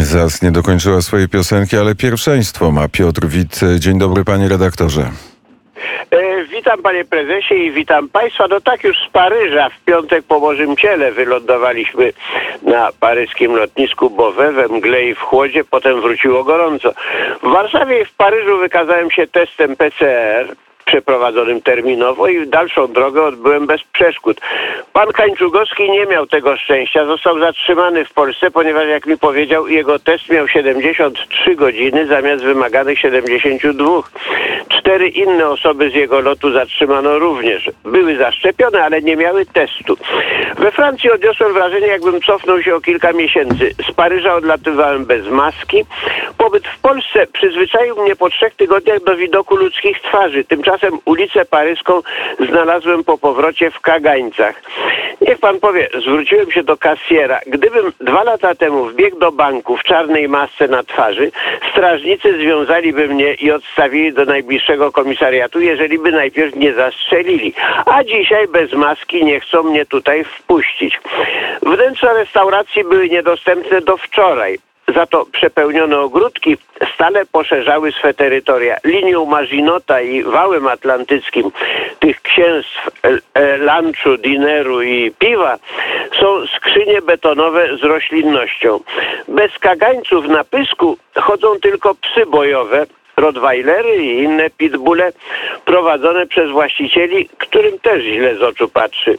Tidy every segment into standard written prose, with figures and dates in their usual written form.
Zas nie dokończyła swojej piosenki, ale pierwszeństwo ma Piotr Wit. Dzień dobry, panie redaktorze. Witam, panie prezesie, i witam państwa. No tak, już z Paryża w piątek po Bożym Ciele wylądowaliśmy na paryskim lotnisku Beauvais we mgle i w chłodzie, potem wróciło gorąco. W Warszawie i w Paryżu wykazałem się testem PCR przeprowadzonym terminowo i dalszą drogę odbyłem bez przeszkód. Pan Kańczugowski nie miał tego szczęścia. Został zatrzymany w Polsce, ponieważ, jak mi powiedział, jego test miał 73 godziny zamiast wymaganych 72. 4 inne osoby z jego lotu zatrzymano również. Były zaszczepione, ale nie miały testu. We Francji odniosłem wrażenie, jakbym cofnął się o kilka miesięcy. Z Paryża odlatywałem bez maski. Pobyt w Polsce przyzwyczaił mnie po 3 tygodniach do widoku ludzkich twarzy. Tymczasem ulicę paryską znalazłem po powrocie w kagańcach. Niech pan powie, zwróciłem się do kasjera. Gdybym 2 lata temu wbiegł do banku w czarnej masce na twarzy, strażnicy związaliby mnie i odstawili do najbliższego komisariatu, jeżeli by najpierw nie zastrzelili. A dzisiaj bez maski nie chcą mnie tutaj wpuścić. Wnętrza restauracji były niedostępne do wczoraj. Za to przepełnione ogródki stale poszerzały swe terytoria. Linią Maginota i wałem atlantyckim tych księstw lunchu, dineru i piwa są skrzynie betonowe z roślinnością. Bez kagańców na pysku chodzą tylko psy bojowe, rottweilery i inne pitbulle prowadzone przez właścicieli, którym też źle z oczu patrzy.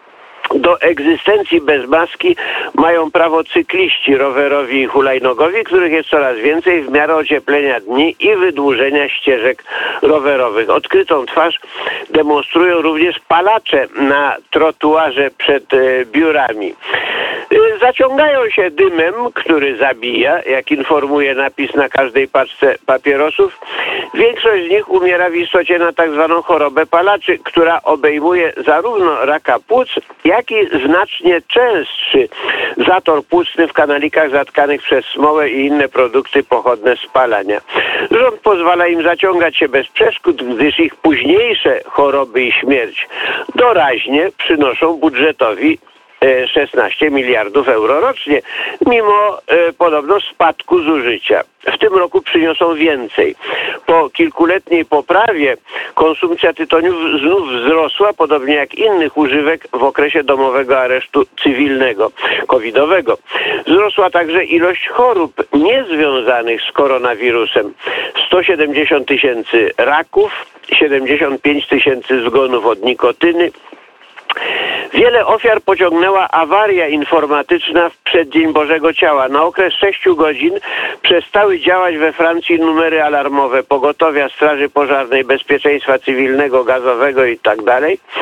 Do egzystencji bez maski mają prawo cykliści, rowerowi i hulajnogowi, których jest coraz więcej w miarę ocieplenia dni i wydłużenia ścieżek rowerowych. Odkrytą twarz demonstrują również palacze na trotuarze przed biurami. Zaciągają się dymem, który zabija, jak informuje napis na każdej paczce papierosów. Większość z nich umiera w istocie na tak zwaną chorobę palaczy, która obejmuje zarówno raka płuc, jak i znacznie częstszy zator płucny w kanalikach zatkanych przez smołę i inne produkty pochodne z spalania. Rząd pozwala im zaciągać się bez przeszkód, gdyż ich późniejsze choroby i śmierć doraźnie przynoszą budżetowi 16 miliardów euro rocznie, mimo podobno spadku zużycia. W tym roku przyniosą więcej. Po kilkuletniej poprawie konsumpcja tytoniu znów wzrosła, podobnie jak innych używek w okresie domowego aresztu cywilnego, covidowego. Wzrosła także ilość chorób niezwiązanych z koronawirusem. 170 000 raków, 75 000 zgonów od nikotyny. Wiele ofiar pociągnęła awaria informatyczna w przeddzień Bożego Ciała. Na okres 6 godzin przestały działać we Francji numery alarmowe pogotowia, straży pożarnej, bezpieczeństwa cywilnego, gazowego itd.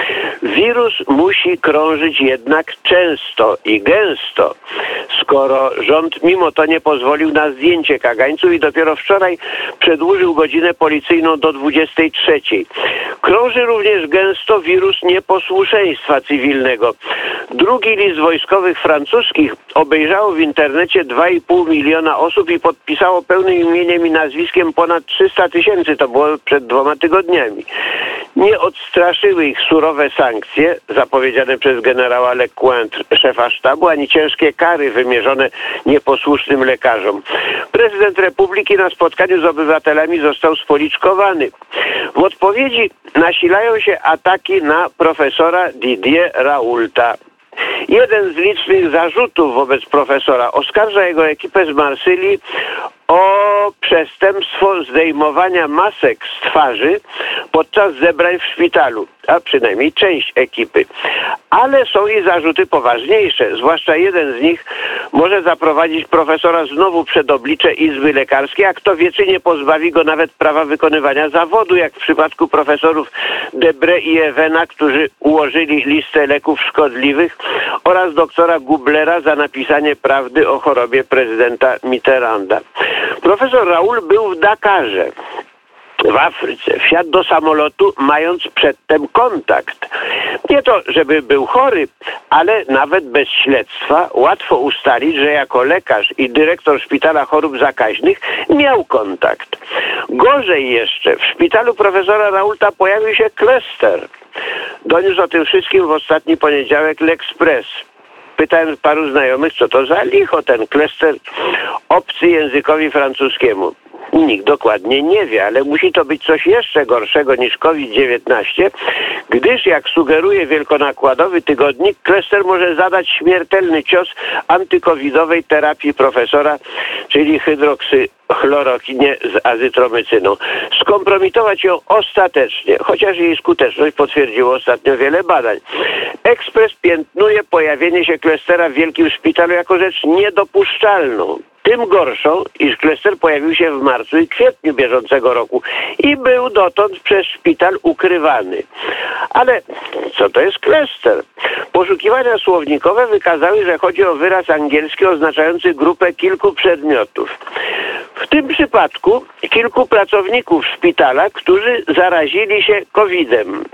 Wirus musi krążyć jednak często i gęsto, skoro rząd mimo to nie pozwolił na zdjęcie kagańców i dopiero wczoraj przedłużył godzinę policyjną do 23. Krąży również gęsto wirus nieposłuszeństwa cywilnego. Drugi list wojskowych francuskich obejrzało w internecie 2,5 miliona osób i podpisało pełnym imieniem i nazwiskiem ponad 300 000. To było przed 2 tygodniami. Nie odstraszyły ich surowe sankcje zapowiedziane przez generała Lecointre, szefa sztabu, ani ciężkie kary wymierzone nieposłusznym lekarzom. Prezydent Republiki na spotkaniu z obywatelami został spoliczkowany. W odpowiedzi nasilają się ataki na profesora Didier Raoulta. Jeden z licznych zarzutów wobec profesora oskarża jego ekipę z Marsylii o przestępstwo zdejmowania masek z twarzy podczas zebrań w szpitalu, a przynajmniej część ekipy. Ale są i zarzuty poważniejsze, zwłaszcza jeden z nich może zaprowadzić profesora znowu przed oblicze Izby Lekarskiej, a kto wie, czy nie pozbawi go nawet prawa wykonywania zawodu, jak w przypadku profesorów Debré i Evena, którzy ułożyli listę leków szkodliwych, oraz doktora Gublera za napisanie prawdy o chorobie prezydenta Mitterranda. Profesor Raoul był w Dakarze, w Afryce. Wsiadł do samolotu, mając przedtem kontakt. Nie to, żeby był chory, ale nawet bez śledztwa łatwo ustalić, że jako lekarz i dyrektor szpitala chorób zakaźnych miał kontakt. Gorzej jeszcze, w szpitalu profesora Raoulta pojawił się klaster. Doniósł o tym wszystkim w ostatni poniedziałek L'Express. Pytałem paru znajomych, co to za licho ten klaster. Obcy przeciwcy językowi francuskiemu? Nikt dokładnie nie wie, ale musi to być coś jeszcze gorszego niż COVID-19, gdyż, jak sugeruje wielkonakładowy tygodnik, Klester może zadać śmiertelny cios antykowidowej terapii profesora, czyli hydroksykhlorokinie z azytromycyną. Skompromitować ją ostatecznie, chociaż jej skuteczność potwierdziło ostatnio wiele badań. Ekspres piętnuje pojawienie się Klestera w wielkim szpitalu jako rzecz niedopuszczalną. Tym gorszą, iż Klester pojawił się w marcu i kwietniu bieżącego roku i był dotąd przez szpital ukrywany. Ale co to jest Klester? Poszukiwania słownikowe wykazały, że chodzi o wyraz angielski oznaczający grupę kilku przedmiotów. W tym przypadku kilku pracowników szpitala, którzy zarazili się COVID-em.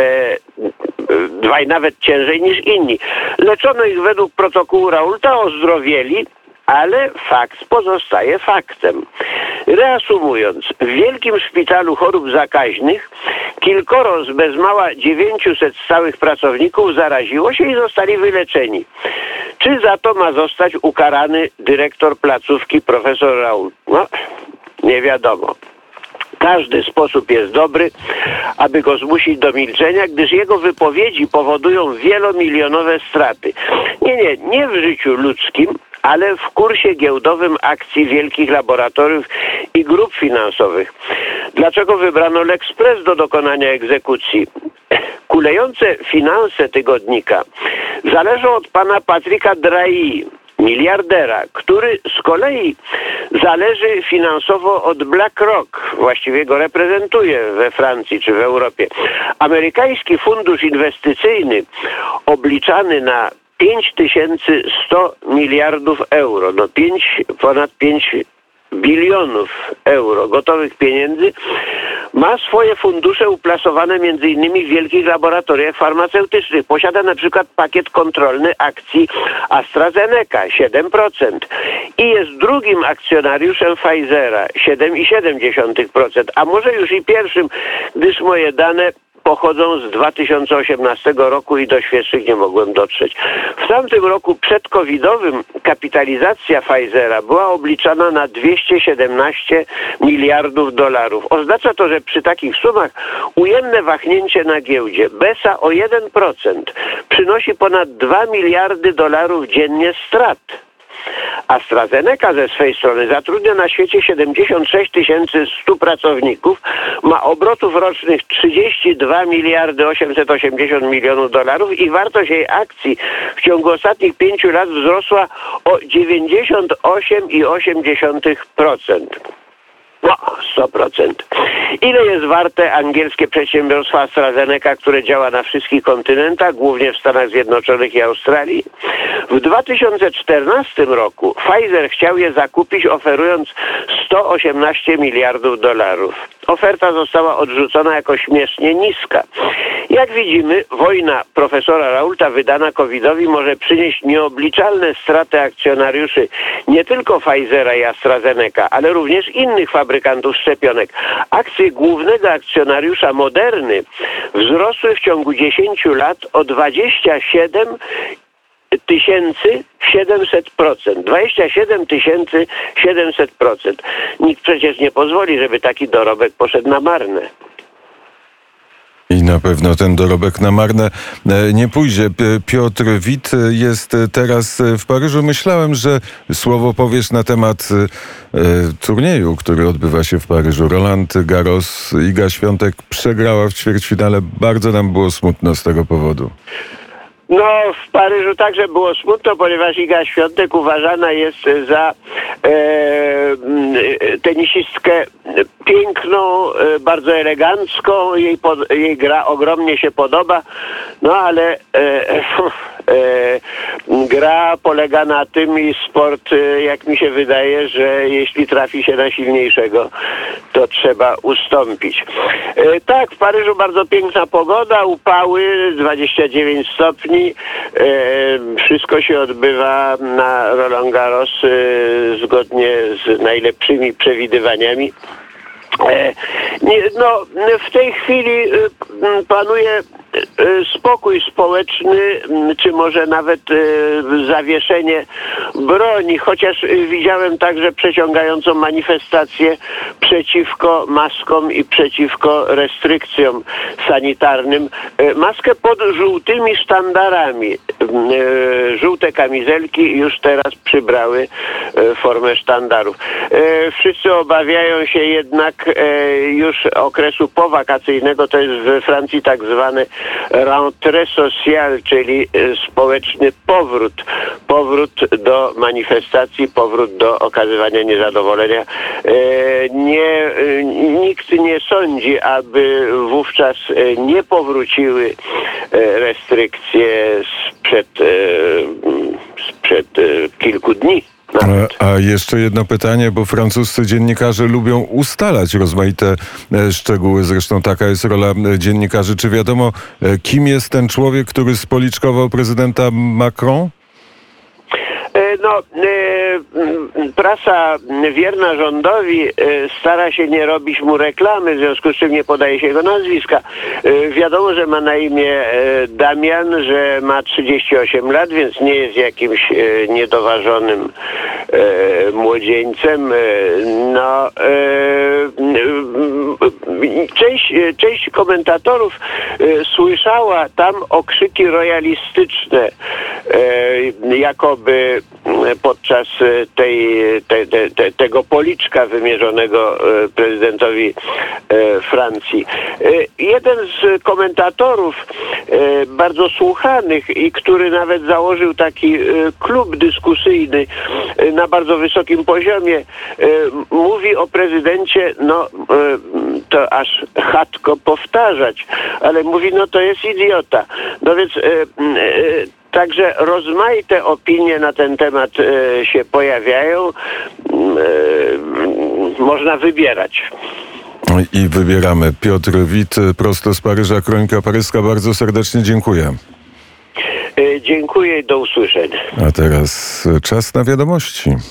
Dwaj nawet ciężej niż inni. Leczono ich według protokołu Raoulta, ozdrowieli, ale fakt pozostaje faktem. Reasumując, w wielkim szpitalu chorób zakaźnych kilkoro z bez mała 900 stałych pracowników zaraziło się i zostali wyleczeni. Czy za to ma zostać ukarany dyrektor placówki profesor Raoult? No, nie wiadomo. Każdy sposób jest dobry, aby go zmusić do milczenia, gdyż jego wypowiedzi powodują wielomilionowe straty. Nie w życiu ludzkim, ale w kursie giełdowym akcji wielkich laboratoriów i grup finansowych. Dlaczego wybrano L'Express do dokonania egzekucji? Kulejące finanse tygodnika zależą od pana Patricka Drahi, miliardera, który z kolei zależy finansowo od BlackRock, właściwie go reprezentuje we Francji czy w Europie. Amerykański fundusz inwestycyjny obliczany na 5100 miliardów euro, ponad 5 bilionów euro gotowych pieniędzy, ma swoje fundusze uplasowane m.in. w wielkich laboratoriach farmaceutycznych. Posiada na przykład pakiet kontrolny akcji AstraZeneca 7% i jest drugim akcjonariuszem Pfizera 7,7%, a może już i pierwszym, gdyż moje dane pochodzą z 2018 roku i do świeższych nie mogłem dotrzeć. W tamtym roku przedcovidowym kapitalizacja Pfizera była obliczana na 217 miliardów dolarów. Oznacza to, że przy takich sumach ujemne wahnięcie na giełdzie BESA o 1% przynosi ponad 2 miliardy dolarów dziennie strat. AstraZeneca ze swej strony zatrudnia na świecie 76 100 pracowników, ma obrotów rocznych 32 miliardy 880 milionów dolarów i wartość jej akcji w ciągu ostatnich 5 lat wzrosła o 98,8%. No, 100%. Ile jest warte angielskie przedsiębiorstwo AstraZeneca, które działa na wszystkich kontynentach, głównie w Stanach Zjednoczonych i Australii? W 2014 roku Pfizer chciał je zakupić, oferując 118 miliardów dolarów. Oferta została odrzucona jako śmiesznie niska. Jak widzimy, wojna profesora Raoulta wydana COVID-owi może przynieść nieobliczalne straty akcjonariuszy nie tylko Pfizera i AstraZeneca, ale również innych fabrykantów szczepionek. Akcje głównego akcjonariusza Moderny wzrosły w ciągu 10 lat o 27 700%. 27 700%. Nikt przecież nie pozwoli, żeby taki dorobek poszedł na marne. I na pewno ten dorobek na marne nie pójdzie. Piotr Wit jest teraz w Paryżu. Myślałem, że słowo powiesz na temat turnieju, który odbywa się w Paryżu. Roland Garros. Iga Świątek przegrała w ćwierćfinale. Bardzo nam było smutno z tego powodu. No, w Paryżu także było smutno, ponieważ Iga Świątek uważana jest za tenisistkę piękną, bardzo elegancką. Jej gra ogromnie się podoba, no ale gra polega na tym i sport, jak mi się wydaje, że jeśli trafi się na silniejszego, to trzeba ustąpić. Tak, w Paryżu bardzo piękna pogoda, upały, 29 stopni. Wszystko się odbywa na Roland Garros zgodnie z najlepszymi przewidywaniami. No, w tej chwili panuje spokój społeczny, czy może nawet zawieszenie broni, chociaż widziałem także przeciągającą manifestację przeciwko maskom i przeciwko restrykcjom sanitarnym. Maskę pod żółtymi sztandarami. Żółte kamizelki już teraz przybrały formę sztandarów. Wszyscy obawiają się jednak już okresu powakacyjnego, to jest we Francji tak zwany rentrée sociale, czyli społeczny powrót do manifestacji, powrót do okazywania niezadowolenia. Nikt nie sądzi, aby wówczas nie powróciły restrykcje sprzed kilku dni. A jeszcze jedno pytanie, bo francuscy dziennikarze lubią ustalać rozmaite szczegóły. Zresztą taka jest rola dziennikarzy. Czy wiadomo, kim jest ten człowiek, który spoliczkował prezydenta Macron? Prasa wierna rządowi stara się nie robić mu reklamy, w związku z czym nie podaje się jego nazwiska. Wiadomo, że ma na imię Damian, że ma 38 lat, więc nie jest jakimś niedoważonym młodzieńcem. Część komentatorów słyszała tam okrzyki royalistyczne, jakoby podczas tego policzka wymierzonego prezydentowi Francji. Jeden z komentatorów bardzo słuchanych i który nawet założył taki klub dyskusyjny na bardzo wysokim poziomie, mówi o prezydencie, to aż chatko powtarzać, ale mówi, to jest idiota. No więc także rozmaite opinie na ten temat się pojawiają. Można wybierać. I wybieramy. Piotr Wit, prosto z Paryża, Kronika Paryska. Bardzo serdecznie dziękuję. Dziękuję i do usłyszenia. A teraz czas na wiadomości.